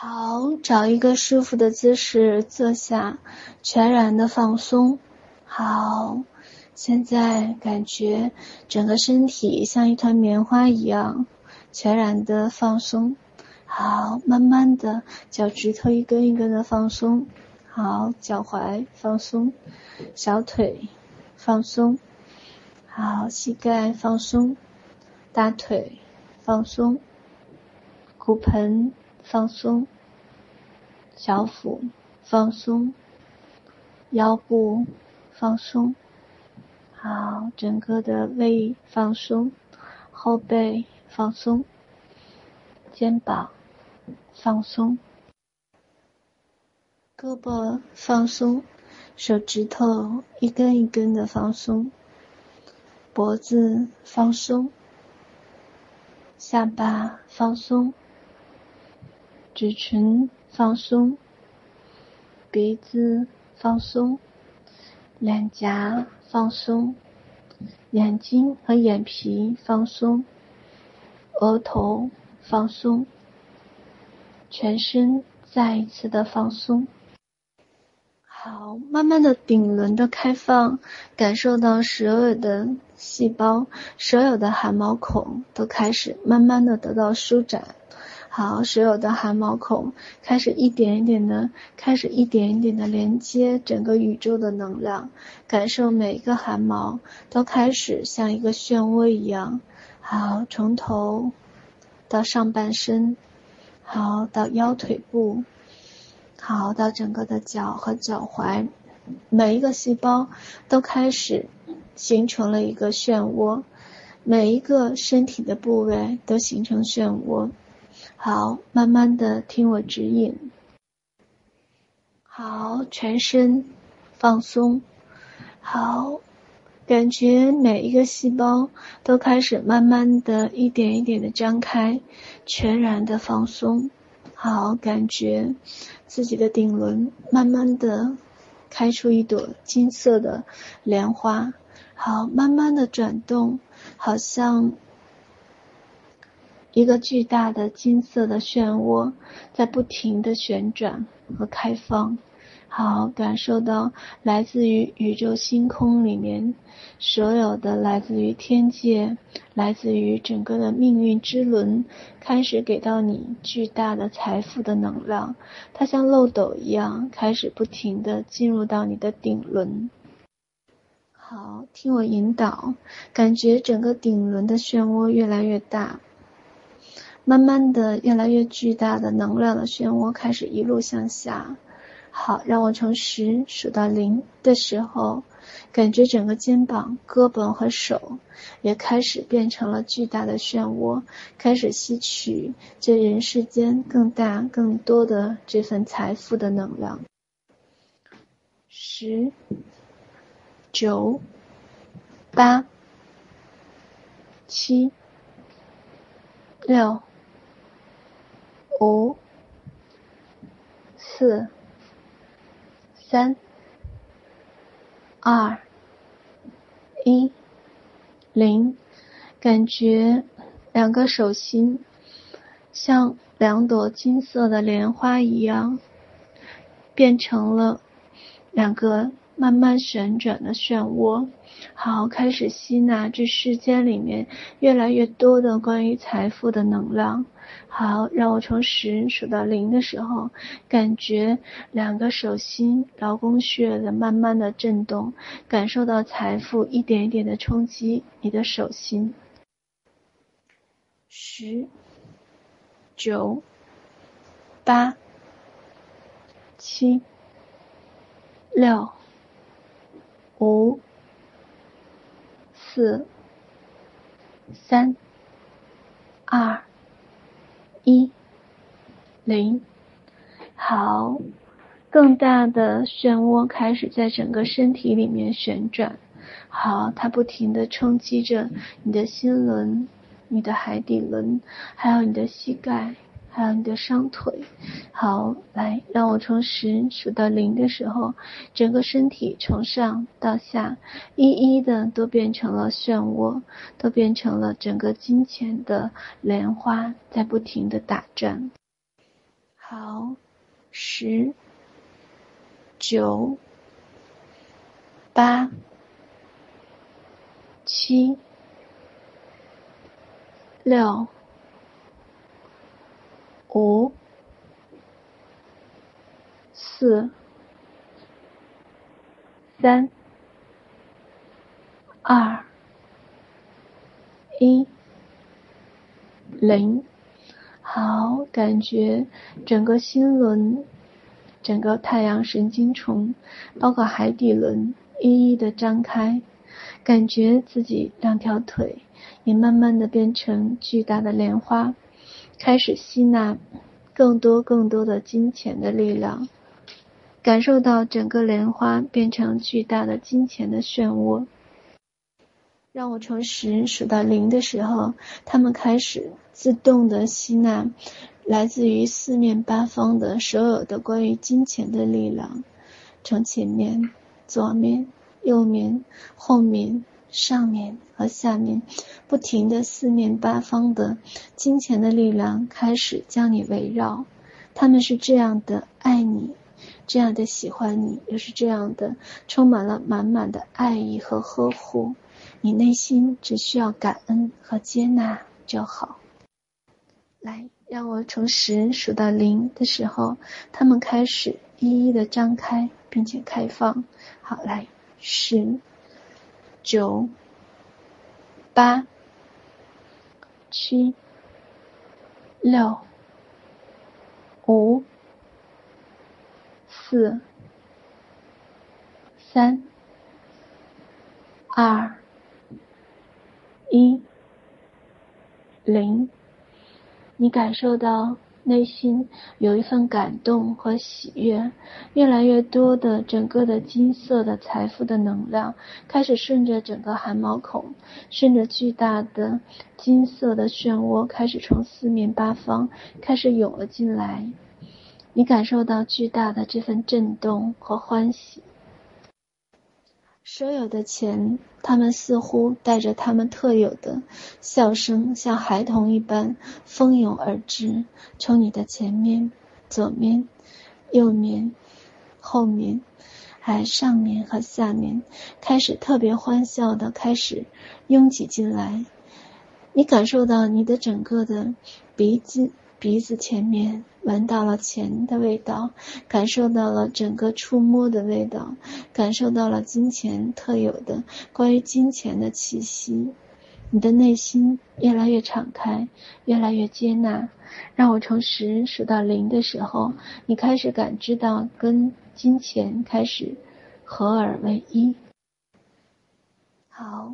好，找一个舒服的姿势坐下，全然的放松。好，现在感觉整个身体像一团棉花一样，全然的放松。好，慢慢的脚趾头一根一根的放松。好，脚踝放松，小腿放松。好，膝盖放松，大腿放松，骨盆放松，小腹放松，腰部放松。好，整个的胃放松，后背放松，肩膀放松，胳膊放松，手指头一根一根的放松，脖子放松，下巴放松，嘴唇放松，鼻子放松，脸颊放松，眼睛和眼皮放松，额头放松，全身再一次的放松。好，慢慢的顶轮的开放，感受到所有的细胞，所有的汗毛孔都开始慢慢的得到舒展。好，所有的汗毛孔开始一点一点的连接整个宇宙的能量，感受每一个汗毛都开始像一个漩涡一样。好，从头到上半身，好，到腰腿部，好，到整个的脚和脚踝，每一个细胞都开始形成了一个漩涡，每一个身体的部位都形成漩涡。好，慢慢的听我指引。好，全身放松。好，感觉每一个细胞都开始慢慢的一点一点的张开，全然的放松。好，感觉自己的顶轮慢慢的开出一朵金色的莲花。好，慢慢的转动，好像一个巨大的金色的漩涡在不停的旋转和开放。好，感受到来自于宇宙星空里面所有的来自于天界，来自于整个的命运之轮开始给到你巨大的财富的能量，它像漏斗一样开始不停的进入到你的顶轮。好，听我引导，感觉整个顶轮的漩涡越来越大，慢慢的越来越巨大的能量的漩涡开始一路向下。好，让我从10数到0的时候，感觉整个肩膀、胳膊和手也开始变成了巨大的漩涡，开始吸取这人世间更大更多的这份财富的能量。10、9、8、7、6、5、4、3、2、1、0，感觉两个手心像2朵金色的莲花一样，变成了2个慢慢旋转的漩涡。好，开始吸纳这世间里面越来越多的关于财富的能量。好，让我从10数到0的时候，感觉2个手心劳宫穴的慢慢的震动，感受到财富一点一点的冲击你的手心。10、9、8、7、6、5、4、3、2、1、0。好，更大的漩涡开始在整个身体里面旋转。好，它不停地冲击着你的心轮、你的海底轮，还有你的膝盖，还有你的双腿。好，来，让我从10数到0的时候，整个身体从上到下一一的都变成了漩涡，都变成了整个金钱的莲花在不停的打转。 好，10、9、8、7、6、5、4、3、2、1、0。好，感觉整个心轮，整个太阳神经丛，包括海底轮一一的张开，感觉自己2条腿也慢慢的变成巨大的莲花，开始吸纳更多的金钱的力量，感受到整个莲花变成巨大的金钱的漩涡。让我从10数到0的时候，他们开始自动的吸纳来自于四面八方的所有的关于金钱的力量，从前面、左面、右面、后面、上面和下面，不停的四面八方的金钱的力量开始将你围绕。他们是这样的爱你，这样的喜欢你，又是这样的充满了满满的爱意和呵护。你内心只需要感恩和接纳就好。来，让我从10数到0的时候，他们开始一一的张开并且开放。好，来，10、9、8、7、6、5、4、3、2、1、0。你感受到内心有一份感动和喜悦，越来越多的整个的金色的财富的能量开始顺着整个汗毛孔，顺着巨大的金色的漩涡开始从四面八方开始涌了进来。你感受到巨大的这份震动和欢喜。所有的钱，他们似乎带着他们特有的笑声，像孩童一般蜂拥而至，从你的前面、左面、右面、后面，还上面和下面，开始特别欢笑的开始拥挤进来。你感受到你的整个的鼻子前面闻到了钱的味道，感受到了整个触摸的味道，感受到了金钱特有的关于金钱的气息。你的内心越来越敞开，越来越接纳。让我从10数到0的时候，你开始感知到跟金钱开始合而为一。好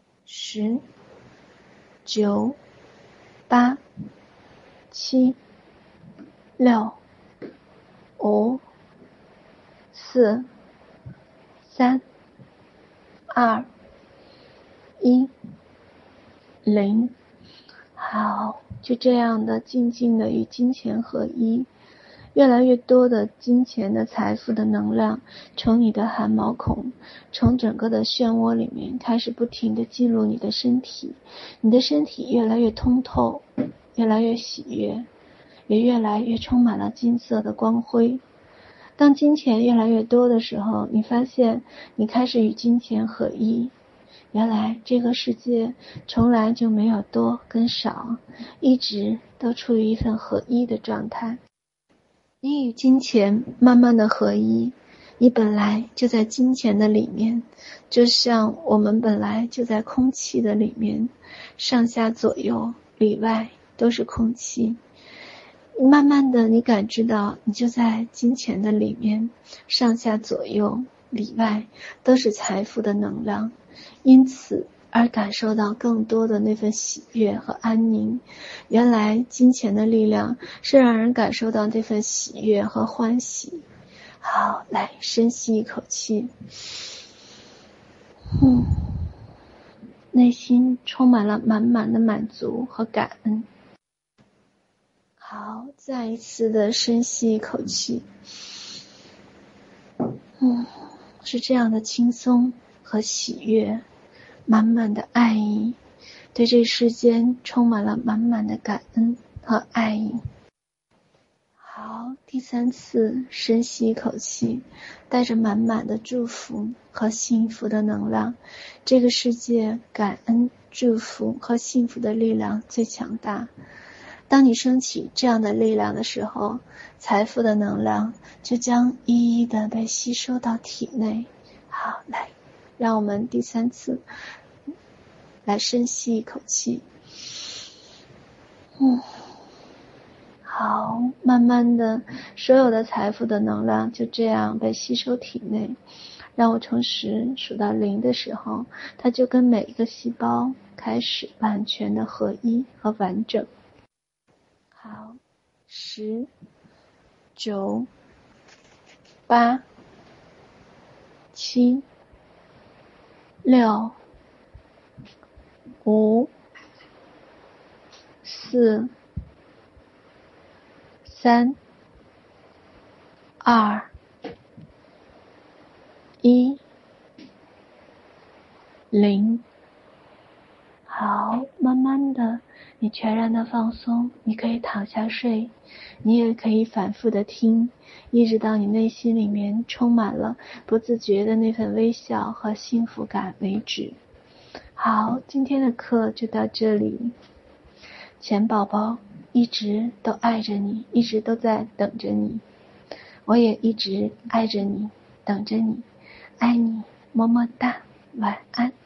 ，10、9、8、7、6、5、4、3、2、1、0。好，就这样的静静的与金钱合一，越来越多的金钱的财富的能量从你的汗毛孔，从整个的漩涡里面开始不停的进入你的身体，你的身体越来越通透，越来越喜悦，也越来越充满了金色的光辉。当金钱越来越多的时候，你发现你开始与金钱合一。原来这个世界从来就没有多跟少，一直都处于一份合一的状态。你与金钱慢慢的合一，你本来就在金钱的里面，就像我们本来就在空气的里面，上下左右里外都是空气。慢慢的你感知到你就在金钱的里面，上下左右里外都是财富的能量，因此而感受到更多的那份喜悦和安宁。原来金钱的力量是让人感受到这份喜悦和欢喜。好，来深吸一口气，内心充满了满满的满足和感恩。好，再一次的深吸一口气，是这样的轻松和喜悦，满满的爱意，对这世间充满了满满的感恩和爱意。好， 第3次深吸一口气，带着满满的祝福和幸福的能量。这个世界感恩、祝福和幸福的力量最强大。当你升起这样的力量的时候，财富的能量就将一一的被吸收到体内。好，来，让我们第3次来深吸一口气。好，慢慢的，所有的财富的能量就这样被吸收体内。让我从10数到0的时候，它就跟每一个细胞开始完全的合一和完整。好，10、9、8、7、6、5、4、3、2、1、0。好，慢慢的，你全然的放松，你可以躺下睡，你也可以反复的听，一直到你内心里面充满了不自觉的那份微笑和幸福感为止。好，今天的课就到这里。钱宝宝一直都爱着你，一直都在等着你，我也一直爱着你，等着你，爱你，么么哒，晚安。